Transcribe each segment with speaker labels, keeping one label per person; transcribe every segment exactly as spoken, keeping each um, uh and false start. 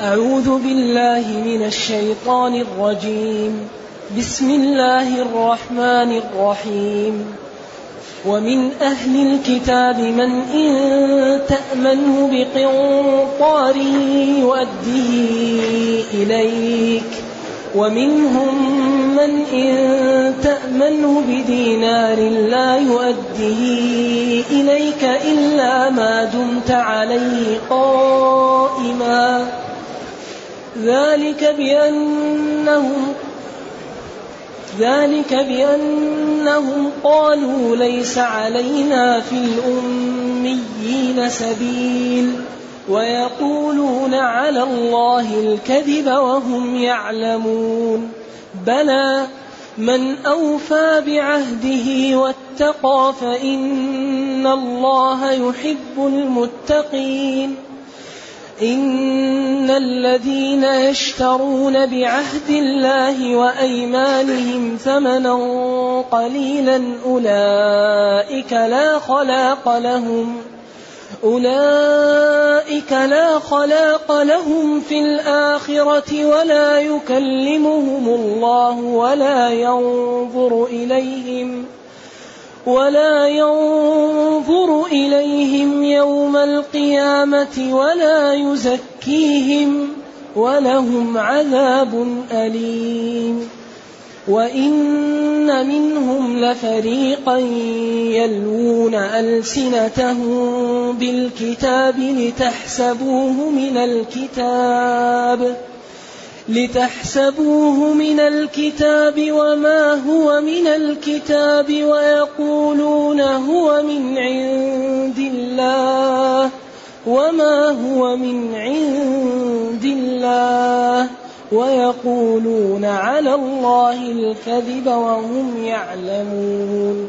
Speaker 1: أعوذ بالله من الشيطان الرجيم. بسم الله الرحمن الرحيم. ومن أهل الكتاب من إن تأمنه بقنطار يؤده إليك، ومنهم من إن تأمنه بدينار لا يؤده إليك إلا ما دمت عليه قائما، ذلك بأنهم ذلك بأنهم قالوا ليس علينا في الأميين سبيل، ويقولون على الله الكذب وهم يعلمون. بلى من أوفى بعهده واتقى فإن الله يحب المتقين. إن الذين يشترون بعهد الله وأيمانهم ثمنا قليلا أولئك لا خلاق لهم أولئك لا خلاق لهم في الآخرة ولا يكلمهم الله ولا ينظر إليهم ولا ينظر إليهم يوم القيامة ولا يزكيهم ولهم عذاب أليم. وإن منهم لفريقا يلوون ألسنتهم بالكتاب لتحسبوه من الكتاب لتحسبوه من الكتاب وما هو من الكتاب ويقولون هو من عند الله وما هو من عند الله ويقولون على الله الكذب وهم يعلمون.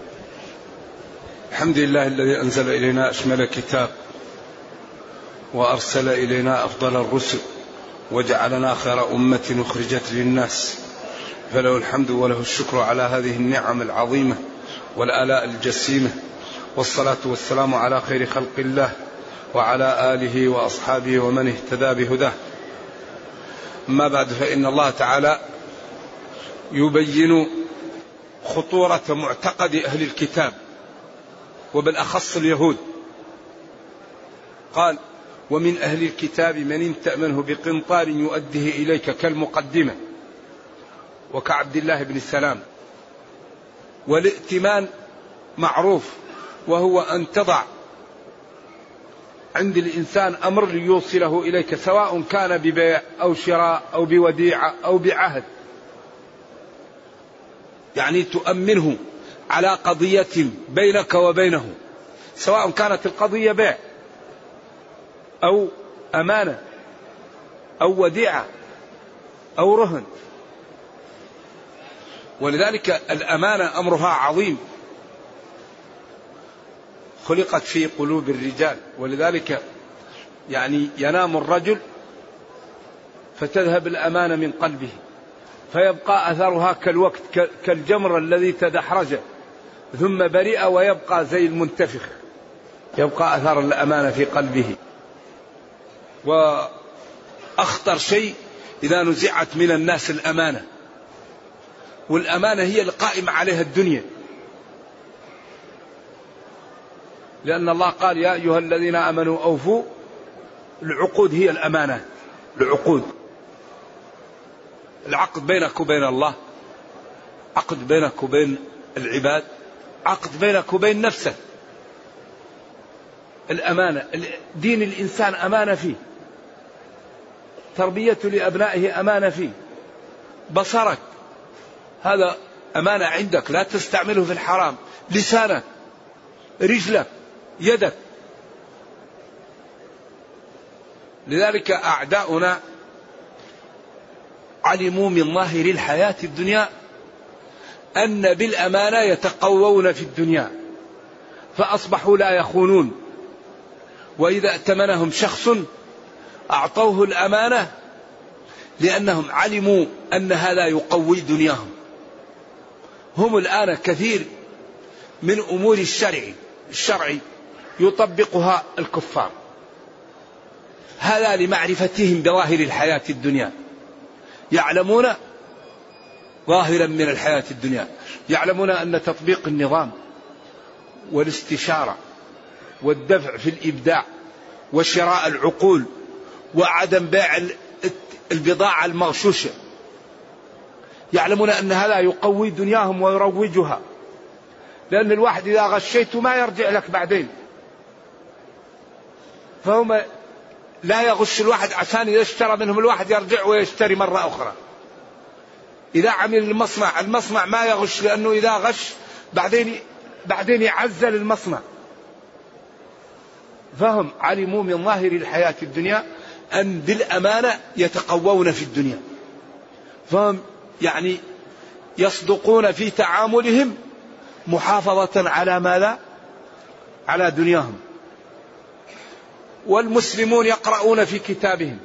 Speaker 2: الحمد لله الذي أنزل إلينا أشمل كتاب وأرسل إلينا أفضل الرسل وجعلنا خير أمة أخرجت للناس، فله الحمد وله الشكر على هذه النعم العظيمة والآلاء الجسيمة، والصلاة والسلام على خير خلق الله وعلى آله وأصحابه ومن اهتدى بهداه. أما بعد، فإن الله تعالى يبين خطورة معتقد أهل الكتاب وبالأخص اليهود. قال: ومن أهل الكتاب من إن تأمنه بقنطار يؤديه إليك، كالمقدمة وكعبد الله بن السلام. والائتمان معروف، وهو أن تضع عند الإنسان أمر ليوصله إليك، سواء كان ببيع أو شراء أو بوديعة أو بعهد، يعني تؤمنه على قضية بينك وبينه، سواء كانت القضية بيع أو أمانة أو وديعة أو رهن. ولذلك الأمانة أمرها عظيم، خلقت في قلوب الرجال. ولذلك يعني ينام الرجل فتذهب الأمانة من قلبه، فيبقى أثرها كالوقت، كالجمر الذي تدحرج ثم برئ ويبقى زي المنتفخ، يبقى أثر الأمانة في قلبه. وأخطر شيء إذا نزعت من الناس الأمانة، والأمانة هي القائمة عليها الدنيا، لأن الله قال: يا أيها الذين آمنوا أوفوا العقود. هي الأمانة، العقود، العقد بينك وبين الله، عقد بينك وبين العباد، عقد بينك وبين نفسك. الأمانة، دين الإنسان أمانة فيه، تربيته لأبنائه أمانة فيه، بصرك هذا أمانة عندك، لا تستعمله في الحرام، لسانك، رجلك، يدك. لذلك أعداؤنا علموا من ظاهر الحياة الدنيا أن بالأمانة يتقوون في الدنيا، فأصبحوا لا يخونون، وإذا ائتمنهم شخص أعطوه الأمانة لأنهم علموا أن هذا يقوي دنياهم. هم الآن كثير من أمور الشرع الشرعي يطبقها الكفار. هذا لمعرفتهم بظاهر الحياة الدنيا، يعلمون ظاهرا من الحياة الدنيا، يعلمون أن تطبيق النظام والاستشارة والدفع في الإبداع وشراء العقول وعدم بيع البضاعة المغشوشة، يعلمون أن هذا يقوي دنياهم ويروجها، لأن الواحد إذا غشيته ما يرجع لك بعدين، فهم لا يغش الواحد عشان إذا اشترى منهم الواحد يرجع ويشتري مرة أخرى. إذا عمل المصنع المصنع ما يغش، لأنه إذا غش بعدين بعدين يعزل المصنع. فهم علموا من ظاهر الحياة الدنيا أن بالأمانة يتقوون في الدنيا، فهم يعني يصدقون في تعاملهم محافظة على ماذا؟ على دنياهم. والمسلمون يقرؤون في كتابهم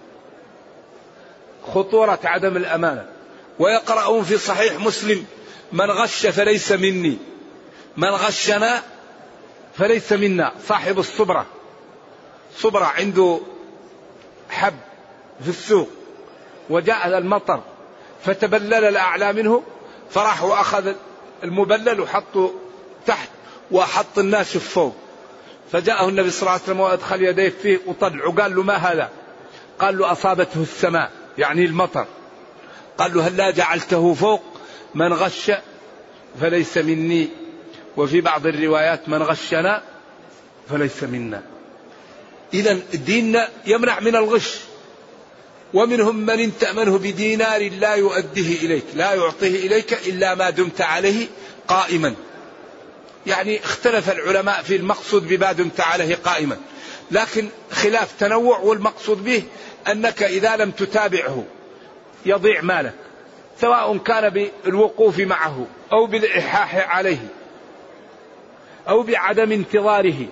Speaker 2: خطورة عدم الأمانة، ويقرؤون في صحيح مسلم: من غش فليس مني، من غشنا فليس منا. صاحب الصبرة، صبرة عنده حب في السوق وجاء المطر فتبلل الأعلى منه، فراح وأخذ المبلل وحطه تحت وحط الناس فوق، فجاءه النبي صلى الله عليه وسلم وأدخل يديه فيه وطلع، قال له: ما هذا؟ قال له: أصابته السماء، يعني المطر. قال له: هل لا جعلته فوق؟ من غش فليس مني، وفي بعض الروايات: من غشنا فليس منا. إذن ديننا يمنع من الغش. ومنهم من إن تأمنه بدينار لا يؤديه إليك، لا يعطيه إليك إلا ما دمت عليه قائما. يعني اختلف العلماء في المقصود بما دمت عليه قائما، لكن خلاف تنوع، والمقصود به أنك إذا لم تتابعه يضيع مالك، سواء كان بالوقوف معه أو بالإلحاح عليه أو بعدم انتظاره.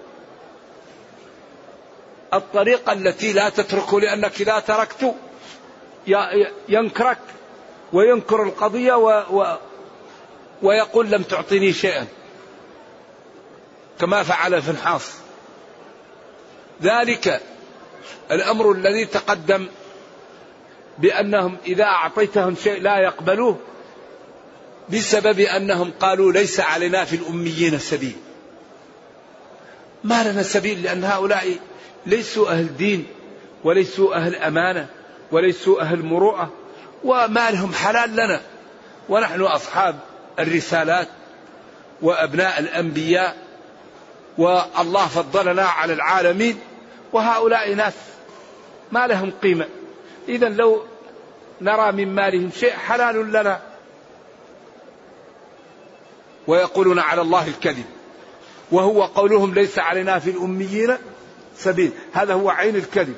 Speaker 2: الطريقة التي لا تتركه، لأنك إذا تركته ينكرك وينكر القضية و و ويقول: لم تعطيني شيئا، كما فعل فنحاص. ذلك الأمر الذي تقدم بأنهم إذا أعطيتهم شيء لا يقبلوه بسبب أنهم قالوا: ليس علينا في الأميين سبيل. ما لنا سبيل، لأن هؤلاء ليسوا أهل دين وليسوا أهل أمانة وليسوا أهل مروءة، ومالهم حلال لنا، ونحن أصحاب الرسالات وأبناء الأنبياء، والله فضلنا على العالمين، وهؤلاء ناس ما لهم قيمة. إذن لو نرى من مالهم شيء حلال لنا. ويقولون على الله الكذب، وهو قولهم: ليس علينا في الأميين سبيل. هذا هو عين الكذب.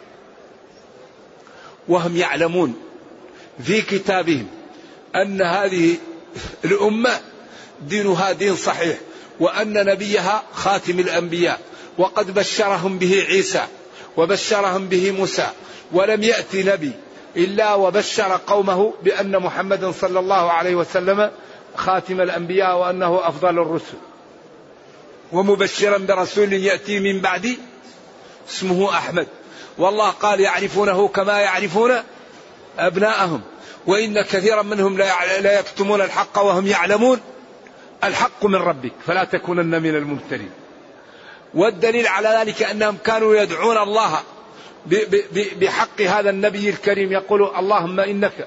Speaker 2: وهم يعلمون في كتابهم أن هذه الأمة دينها دين صحيح، وأن نبيها خاتم الأنبياء، وقد بشرهم به عيسى وبشرهم به موسى، ولم يأتي نبي إلا وبشر قومه بأن محمدا صلى الله عليه وسلم خاتم الأنبياء وأنه أفضل الرسل، ومبشرا برسول يأتي من بعدي اسمه أحمد. والله قال: يعرفونه كما يعرفون أبناءهم، وإن كثيرا منهم لا يكتمون الحق وهم يعلمون الحق من ربك فلا تكونن من الممترين. والدليل على ذلك أنهم كانوا يدعون الله بحق هذا النبي الكريم، يقولوا: اللهم إنك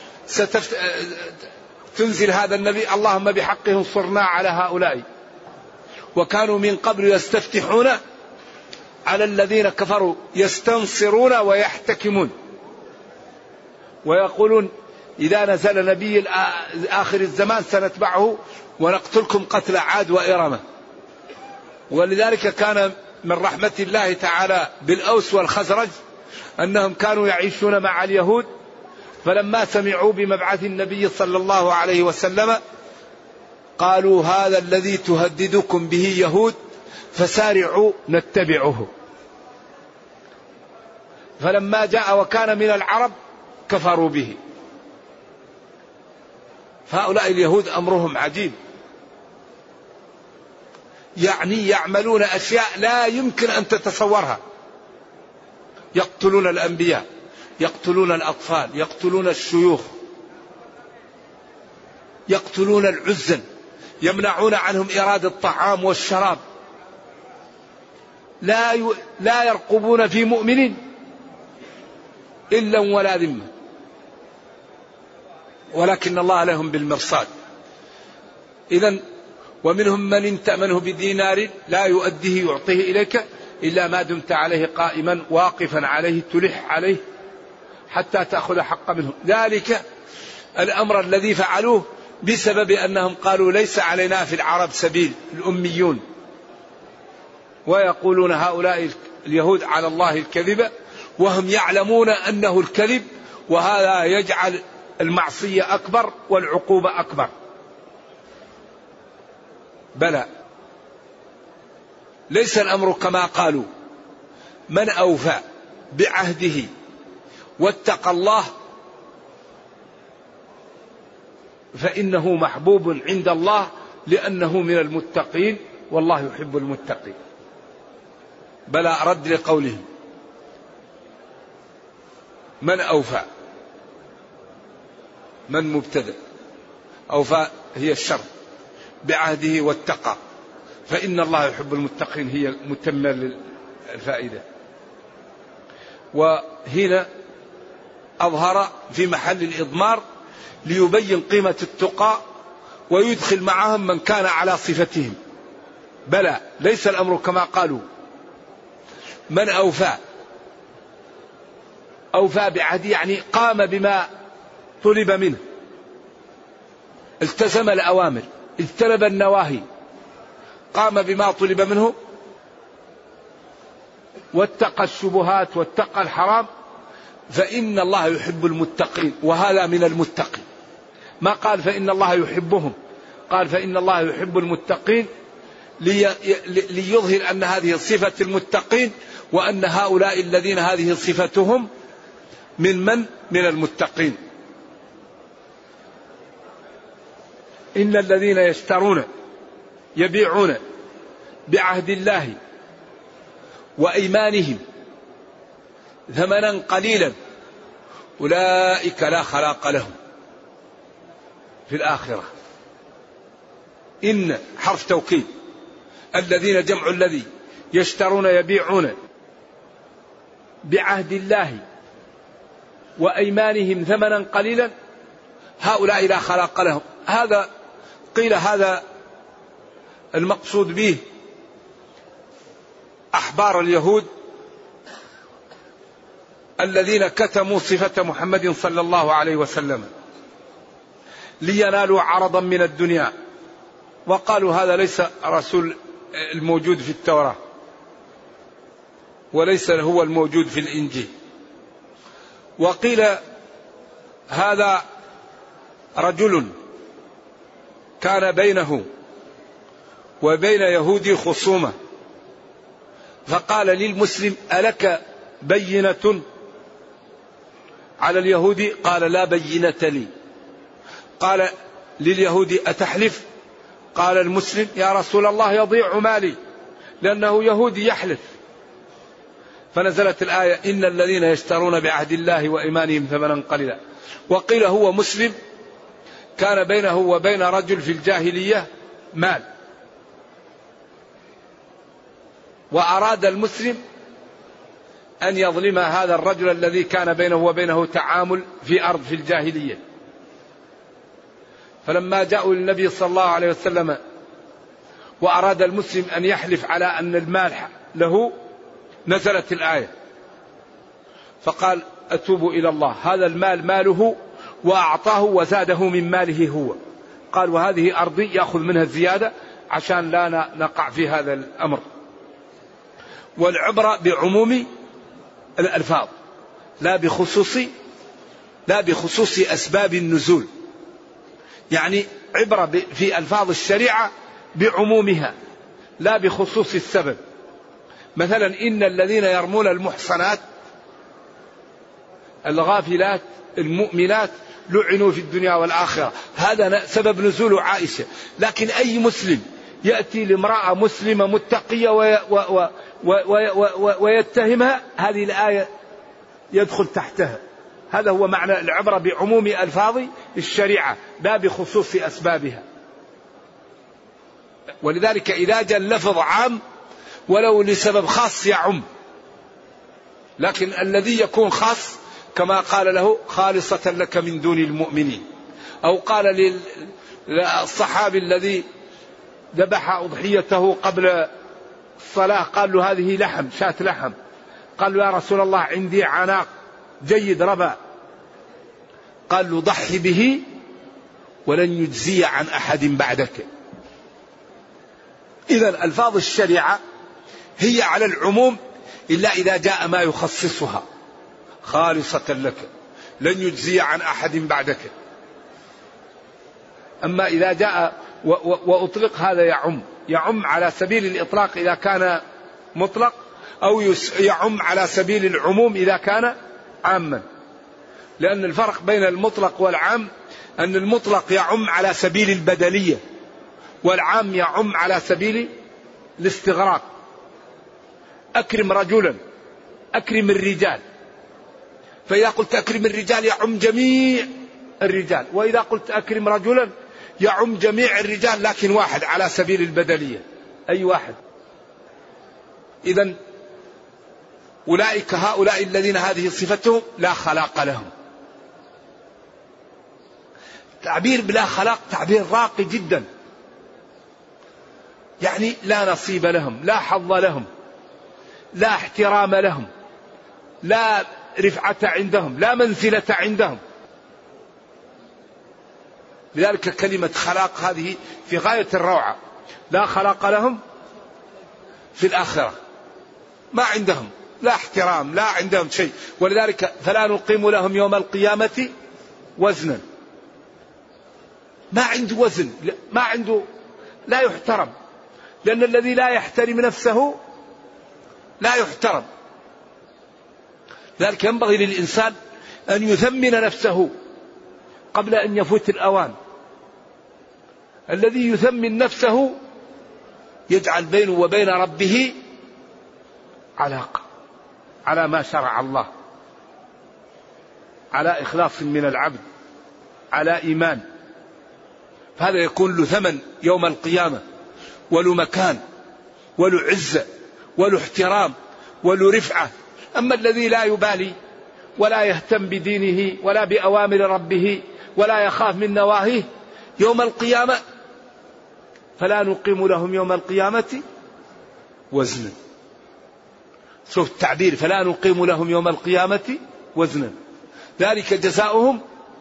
Speaker 2: ستنزل هذا النبي، اللهم بحقه انصرنا على هؤلاء. وكانوا من قبل يستفتحون على الذين كفروا، يستنصرون ويحتكمون، ويقولون: إذا نزل نبي آخر الزمان سنتبعه ونقتلكم قتل عاد وإرمة. ولذلك كان من رحمة الله تعالى بالأوس والخزرج أنهم كانوا يعيشون مع اليهود، فلما سمعوا بمبعث النبي صلى الله عليه وسلم قالوا: هذا الذي تهددكم به يهود فسارعوا نتبعه. فلما جاء وكان من العرب كفروا به. فهؤلاء اليهود أمرهم عجيب، يعني يعملون أشياء لا يمكن أن تتصورها. يقتلون الأنبياء، يقتلون الأطفال، يقتلون الشيوخ، يقتلون العزل، يمنعون عنهم إرادة الطعام والشراب، لا ي... لا يرقبون في مؤمن إلا ولا ذمة، ولكن الله لهم بالمرصاد. إذن ومنهم من إن تأمنه بدينار لا يؤديه يعطيه إليك إلا ما دمت عليه قائما واقفا عليه تلح عليه حتى تأخذ حق منه. ذلك الأمر الذي فعلوه بسبب أنهم قالوا ليس علينا في العرب سبيل، الأميون، ويقولون هؤلاء اليهود على الله الكذب وهم يعلمون أنه الكذب، وهذا يجعل المعصية أكبر والعقوبة أكبر. بلى، ليس الأمر كما قالوا، من أوفى بعهده واتقى الله فإنه محبوب عند الله لأنه من المتقين والله يحب المتقين. بلى، رد لقولهم من أوفى، من مبتدأ، أوفى هي الشر، بعهده واتقى فإن الله يحب المتقين هي متمة للفائدة. وهنا أظهر في محل الإضمار ليبين قيمة التقى ويدخل معهم من كان على صفتهم. بلى، ليس الأمر كما قالوا، من أوفى، أوفى بعهده يعني قام بما طلب منه، التزم الأوامر، اجتنب النواهي، قام بما طلب منه، واتقى الشبهات واتقى الحرام فإن الله يحب المتقين، وهذا من المتقين. ما قال فإن الله يحبهم، قال فإن الله يحب المتقين لي ليظهر أن هذه صفة المتقين وأن هؤلاء الذين هذه صفتهم من من؟ من المتقين. إن الذين يشترون يبيعون بعهد الله وأيمانهم ثمنا قليلا أولئك لا خلاق لهم في الآخرة. إن حرف توكيد، الذين جمع الذي، يشترون يبيعون بعهد الله وأيمانهم ثمنا قليلا هؤلاء لا خلاق لهم. هذا قيل هذا المقصود به أحبار اليهود الذين كتموا صفة محمد صلى الله عليه وسلم لينالوا عرضا من الدنيا، وقالوا هذا ليس رسول الموجود في التوراة وليس هو الموجود في الإنجيل. وقيل هذا رجل كان بينه وبين يهودي خصومة فقال للمسلم ألك بينة على اليهودي؟ قال لا بينة لي. قال لليهودي أتحلف؟ قال المسلم يا رسول الله يضيع مالي لأنه يهودي يحلف. فنزلت الآية إن الذين يشترون بعهد الله وإيمانهم ثمنا قليلا. وقيل هو مسلم كان بينه وبين رجل في الجاهلية مال، وأراد المسلم أن يظلم هذا الرجل الذي كان بينه وبينه تعامل في أرض في الجاهلية. فلما جاءوا للنبي صلى الله عليه وسلم وأراد المسلم أن يحلف على أن المال له نزلت الآية فقال أتوب إلى الله، هذا المال ماله وأعطاه وزاده من ماله هو. قال وهذه أرضي يأخذ منها الزيادة عشان لا نقع في هذا الأمر. والعبرة بعموم الألفاظ لا بخصوص لا بخصوص أسباب النزول، يعني عبرة في ألفاظ الشريعة بعمومها لا بخصوص السبب. مثلا إن الذين يرمون المحصنات الغافلات المؤمنات لعنوا في الدنيا والآخرة، هذا سبب نزول عائشة. لكن أي مسلم يأتي لامرأة مسلمة متقية وي و و و و و ويتهمها، هذه الآية
Speaker 3: يدخل تحتها. هذا هو معنى العبرة بعموم ألفاظ الشريعة لا بخصوص أسبابها. ولذلك إذا جاء اللفظ عام ولو لسبب خاص يعم، لكن الذي يكون خاص كما قال له خالصة لك من دون المؤمنين، أو قال للصحابي الذي ذبح أضحيته قبل الصلاة قال له هذه لحم، شاة لحم، قال له يا رسول الله عندي عناق جيد ربا، قال له ضحي به ولن يجزي عن أحد بعدك. إذا ألفاظ الشريعة هي على العموم إلا إذا جاء ما يخصصها خالصة لك لن يجزي عن أحد بعدك. أما إذا جاء وأطلق هذا يعم، يعم على سبيل الإطلاق إذا كان مطلق، أو يعم على سبيل العموم إذا كان عاما. لأن الفرق بين المطلق والعام أن المطلق يعم على سبيل البدلية، والعام يعم على سبيل الاستغراق. أكرم رجلا، أكرم الرجال، فإذا قلت أكرم الرجال يعم جميع الرجال، وإذا قلت أكرم رجلا يعم جميع الرجال لكن واحد على سبيل البدلية، أي واحد. إذن أولئك هؤلاء الذين هذه صفتهم لا خلاق لهم. تعبير بلا خلاق تعبير راقي جدا، يعني لا نصيب لهم، لا حظ لهم، لا احترام لهم، لا رفعة عندهم، لا منزلة عندهم. لذلك كلمة خلاق هذه في غاية الروعة. لا خلاق لهم في الآخرة، ما عندهم لا احترام، لا عندهم شيء. ولذلك فلا نقيم لهم يوم القيامة وزنا، ما عنده وزن، ما عنده، لا يحترم، لأن الذي لا يحترم نفسه لا يحترم. لذلك ينبغي للإنسان أن يثمن نفسه قبل أن يفوت الأوان. الذي يثمن نفسه يجعل بينه وبين ربه علاقة على ما شرع الله، على إخلاص من العبد، على إيمان، فهذا يكون له ثمن يوم القيامة، وله مكان، وله عزة، وله احترام، وله رفعة. أما الذي لا يبالي ولا يهتم بدينه ولا بأوامر ربه ولا يخاف من نواهيه يوم القيامة فلا نقيم لهم يوم القيامة وزنا. شوف التعبير، فلا نقيم لهم يوم القيامة وزنا، ذلك جزاؤهم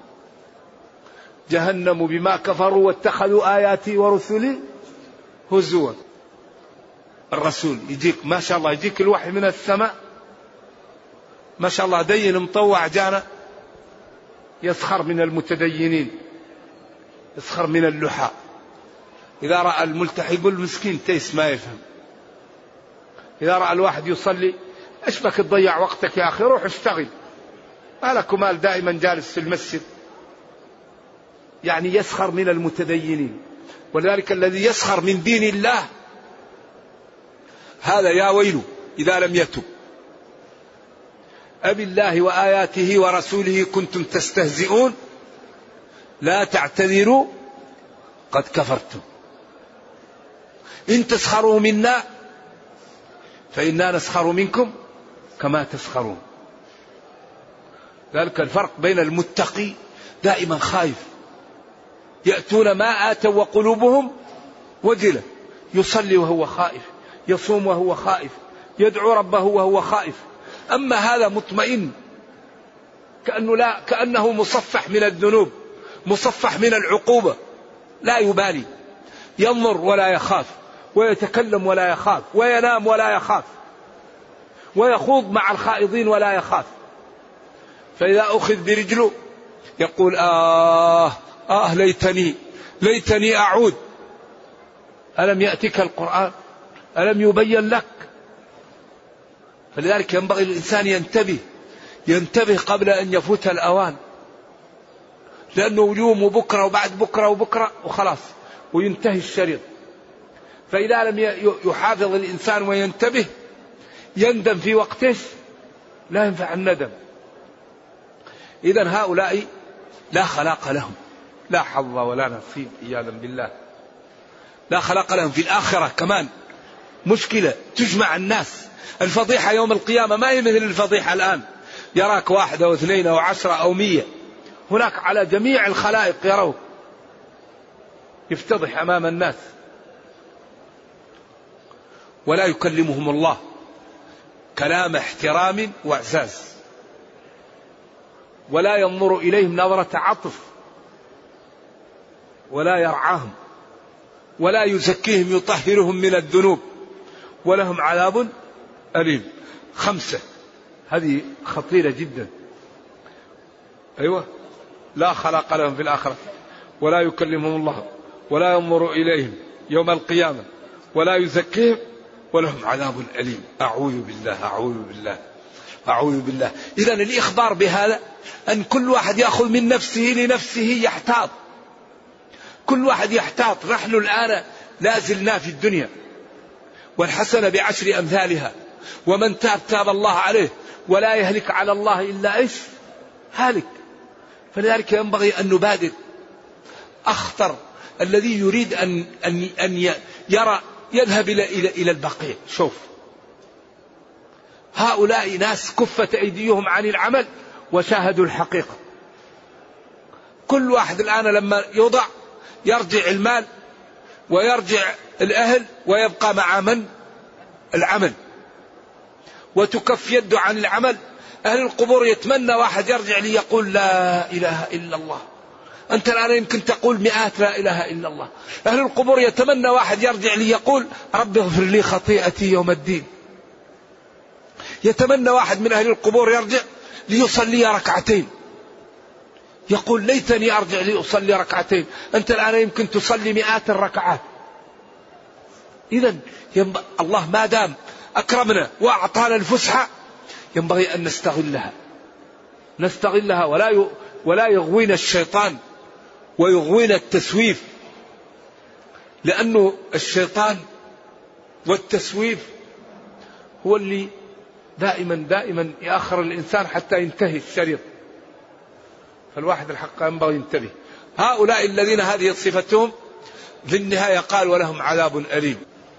Speaker 3: جهنم بما كفروا واتخذوا آياتي ورسلي هزوا. الرسول يجيك ما شاء الله، يجيك الوحي من السماء ما شاء الله دين مطوع جانا، يسخر من المتدينين، يسخر من اللحى. إذا رأى الملتحي يقول مسكين تيس ما يفهم. إذا رأى الواحد يصلي ايش بك تضيع وقتك يا أخي، روح اشتغل، ما لك مال دائما جالس في المسجد. يعني يسخر من المتدينين. ولذلك الذي يسخر من دين الله هذا يا ويله إذا لم يتب. أبي الله وآياته ورسوله كنتم تستهزئون لا تعتذروا قد كفرتم إن تسخروا منا فإنا نسخر منكم كما تسخرون. ذلك الفرق بين المتقي دائما خايف، يأتون ما آتوا وقلوبهم وجلة، يصلي وهو خائف، يصوم وهو خائف، يدعو ربه وهو خائف. أما هذا مطمئن كأنه, لا كأنه مصفح من الذنوب، مصفح من العقوبة، لا يبالي، ينظر ولا يخاف، ويتكلم ولا يخاف، وينام ولا يخاف، ويخوض مع الخائضين ولا يخاف. فإذا أخذ برجله يقول آه آه ليتني ليتني أعود. ألم يأتك القرآن؟ ألم يبين لك؟ فلذلك ينبغي الإنسان ينتبه ينتبه قبل أن يفوت الأوان، لأنه يوم وبكرة وبعد بكرة وبكرة وخلاص وينتهي الشريط. فإذا لم يحافظ الإنسان وينتبه يندم في وقته، لا ينفع الندم. إذن هؤلاء لا خلاق لهم، لا حظ ولا نصيب عياذا بالله، لا خلاق لهم في الآخرة كمان. مشكلة تجمع الناس. الفضيحة يوم القيامة ما هي مثل الفضيحة الآن، يراك واحد أو اثنين أو عشرة أو مية، هناك على جميع الخلائق يروه، يفتضح أمام الناس. ولا يكلمهم الله كلام احترام واعزاز، ولا ينظر إليهم نظرة عطف، ولا يرعاهم، ولا يزكيهم يطهرهم من الذنوب، ولهم عذاب أليم. خمسة، هذه خطيرة جدا. أيوة، لا خلاق لهم في الآخرة، ولا يكلمهم الله، ولا ينظر إليهم يوم القيامة، ولا يزكيهم، ولهم عذاب أليم. أعوذ بالله أعوذ بالله أعوذ بالله. إذن الإخبار بهذا أن كل واحد يأخذ من نفسه لنفسه، يحتاط، كل واحد يحتاط. نحن الآن لا زلنا في الدنيا، والحسنة بعشر أمثالها، ومن تاب تاب الله عليه، ولا يهلك على الله إلا إيش؟ هالك. فلذلك ينبغي أن نبادر. أخطر الذي يريد أن أن أن يرى يذهب إلى إلى إلى البقيع. شوف، هؤلاء ناس كفت أيديهم عن العمل وشاهدوا الحقيقة. كل واحد الآن لما يوضع يرجع المال ويرجع الأهل ويبقى مع من؟ العمل. وتكف يده عن العمل. أهل القبور يتمنى واحد يرجع لي يقول لا إله إلا الله. أنت الآن يمكن تقول مئات لا إله إلا الله. أهل القبور يتمنى واحد يرجع لي يقول رب اغفر لي خطيئتي يوم الدين. يتمنى واحد من أهل القبور يرجع ليصلي ركعتين، يقول ليتني أرجع لأصلي ركعتين. أنت الآن يمكن تصلي مئات الركعات. إذن الله ما دام أكرمنا وأعطانا الفسحة ينبغي أن نستغلها نستغلها ولا ولا يغوينا الشيطان ويغوينا التسويف، لأنه الشيطان والتسويف هو اللي دائما دائما يأخر الإنسان حتى ينتهي الشريط. فالواحد الحق ينبغي ينتبه. هؤلاء الذين هذه صفتهم في النهاية قال ولهم عذاب أليم.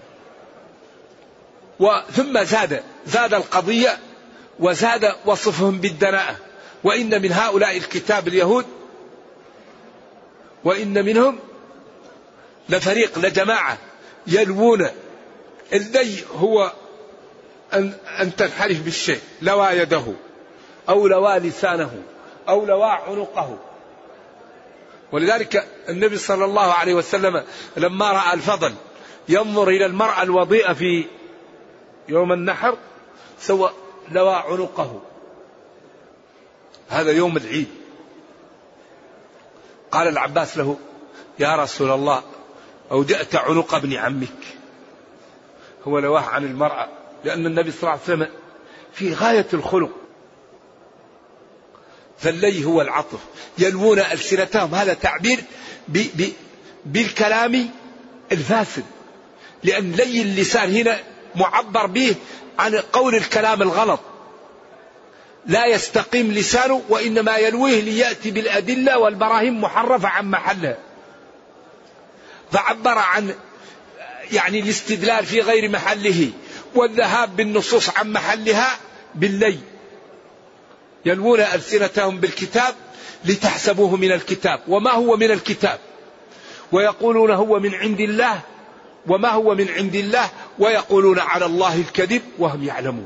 Speaker 3: وثم زاد زاد القضية وزاد وصفهم بالدناءة. وإن من هؤلاء الكتاب اليهود وإن منهم لفريق لجماعة يلوون. اللي هو أن, أن تنحرف بالشيء، لوى يده أو لوى لسانه أو لوى عنقه. ولذلك النبي صلى الله عليه وسلم لما رأى الفضل ينظر إلى المرأة الوضيئة في يوم النحر سوى لوى عنقه. هذا يوم العيد. قال العباس له يا رسول الله أودعت عنق ابن عمك. هو لواه عن المرأة، لأن النبي صلى الله عليه وسلم في غاية الخلق. فاللي هو العطف. يلوون ألسنتهم، هذا تعبير ب ب بالكلام الفاسد، لأن لي اللسان هنا معبر به عن قول الكلام الغلط. لا يستقيم لسانه وإنما يلويه ليأتي بالأدلة والبراهين محرفة عن محلها. فعبر عن يعني الاستدلال في غير محله والذهاب بالنصوص عن محلها باللي. يلوون ألسنتهم بالكتاب لتحسبوه من الكتاب وما هو من الكتاب، ويقولون هو من عند الله وما هو من عند الله، ويقولون على الله الكذب وهم يعلمون.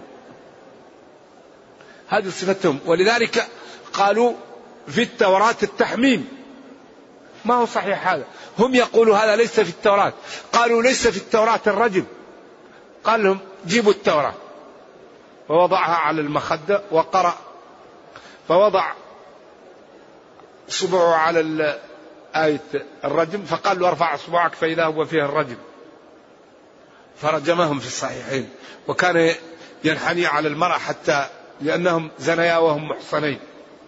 Speaker 3: هذه صفتهم. ولذلك قالوا في التوراة التحميم. ما هو صحيح هذا. هم يقولوا هذا ليس في التوراة. قالوا ليس في التوراة الرجم. قال لهم جيبوا التوراة. فوضعها على المخدة وقرأ، فوضع صبعه على آية الرجم، فقال له ارفع صبعك فإذا هو فيها الرجم، فرجمهم في الصحيحين. وكان ينحني على المرأة حتى لأنهم زنيا وهم محصنين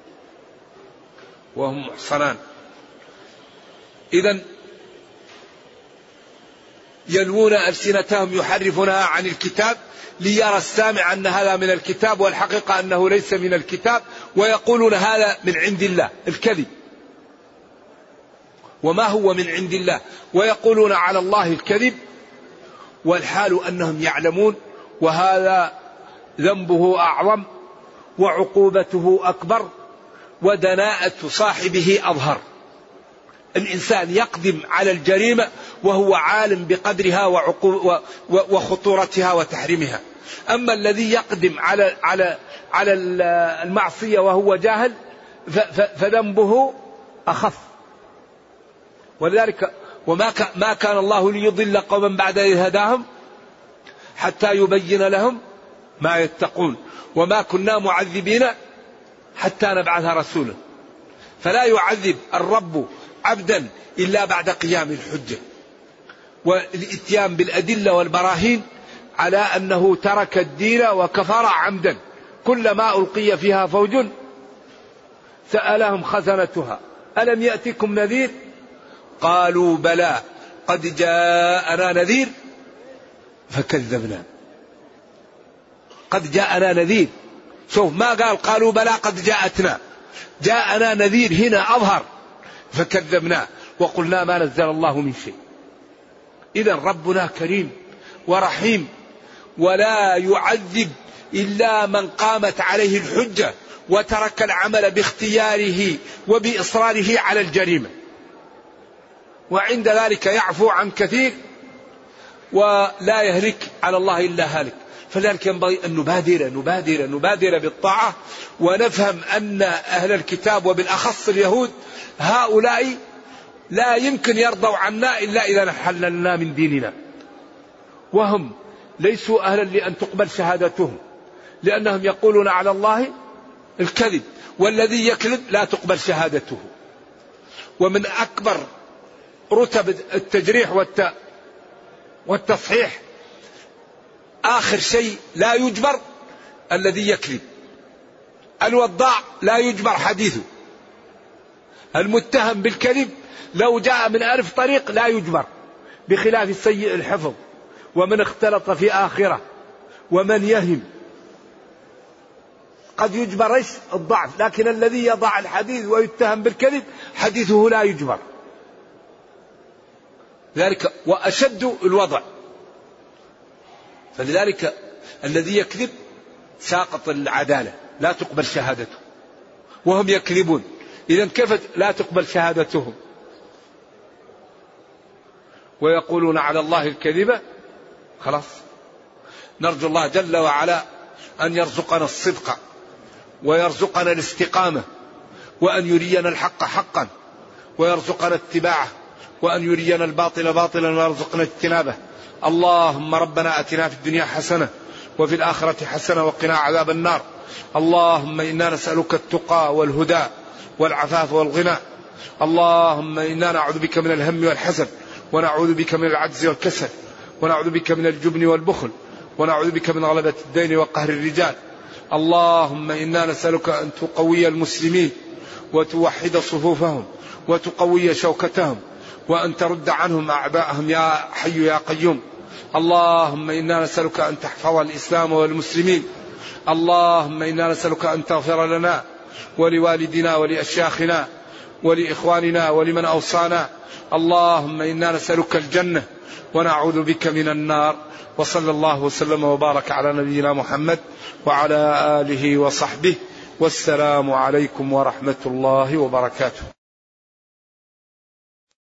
Speaker 3: وهم محصنان. إذن يلوون ألسنتهم يحرفونها عن الكتاب ليرى السامع أن هذا من الكتاب والحقيقة أنه ليس من الكتاب، ويقولون هذا من عند الله، الكذب، وما هو من عند الله، ويقولون على الله الكذب والحال أنهم يعلمون، وهذا ذنبه أعظم وعقوبته أكبر ودناءة صاحبه أظهر. الإنسان يقدم على الجريمة وهو عالم بقدرها وخطورتها وتحريمها، أما الذي يقدم على على على المعصية وهو جاهل فذنبه أخف. ولذلك وما ما كان الله ليضل قوما بعد إذ هداهم حتى يبين لهم ما يتقون، وما كنا معذبين حتى نبعث رسولا. فلا يعذب الرب عبدا إلا بعد قيام الحجة والإتيان بالأدلة والبراهين على أنه ترك الدين وكفر عمدا. كلما ألقي فيها فوج سألهم خزنتها ألم يأتكم نذير قالوا بلى قد جاءنا نذير فكذبنا. قد جاءنا نذير، شوف ما قال قالوا بلى قد جاءتنا، جاءنا نذير هنا أظهر، فكذبنا وقلنا ما نزل الله من شيء. إذا ربنا كريم ورحيم ولا يعذب إلا من قامت عليه الحجة وترك العمل باختياره وبإصراره على الجريمة، وعند ذلك يعفو عن كثير ولا يهلك على الله إلا هالك. فلذلك ينبغي أن نبادر نبادر نبادر بالطاعة، ونفهم أن أهل الكتاب وبالأخص اليهود هؤلاء لا يمكن يرضوا عنا إلا إذا نحللنا من ديننا، وهم ليسوا أهلا لأن تقبل شهادتهم، لأنهم يقولون على الله الكذب، والذي يكذب لا تقبل شهادته. ومن أكبر رتب التجريح والتصحيح آخر شيء لا يجبر الذي يكذب. الوضاع لا يجبر حديثه، المتهم بالكذب لو جاء من ألف طريق لا يجبر، بخلاف السيء الحفظ ومن اختلط في آخرة ومن يهم قد يجبر إيش الضعف، لكن الذي يضع الحديث ويتهم بالكذب حديثه لا يجبر. ذلك وأشد الوضع. فلذلك الذي يكذب ساقط العدالة، لا تقبل شهادته، وهم يكذبون، إذا كيف لا تقبل شهادتهم؟ ويقولون على الله الكذب. خلاص نرجو الله جل وعلا أن يرزقنا الصدق ويرزقنا الاستقامة، وأن يرينا الحق حقا ويرزقنا اتباعه، وأن يرينا الباطل باطلا ويرزقنا اجتنابه. اللهم ربنا أتنا في الدنيا حسنة وفي الآخرة حسنة وقنا عذاب النار. اللهم إنا نسألك التقى والهدى والعفاف والغنى. اللهم إنا نعوذ بك من الهم والحزن، ونعوذ بك من العجز والكسل، ونعوذ بك من الجبن والبخل، ونعوذ بك من غلبة الدين وقهر الرجال. اللهم إنا نسألك أن تقوي المسلمين وتوحد صفوفهم وتقوي شوكتهم، وأن ترد عنهم أعداءهم يا حي يا قيوم. اللهم إنا نسألك أن تحفظ الإسلام والمسلمين. اللهم إنا نسألك أن تغفر لنا ولوالدنا ولأشياخنا ولإخواننا ولمن أوصانا. اللهم إنا نسألك الجنة ونعوذ بك من النار. وصلى الله وسلم وبارك على نبينا محمد وعلى آله وصحبه، والسلام عليكم ورحمة الله وبركاته.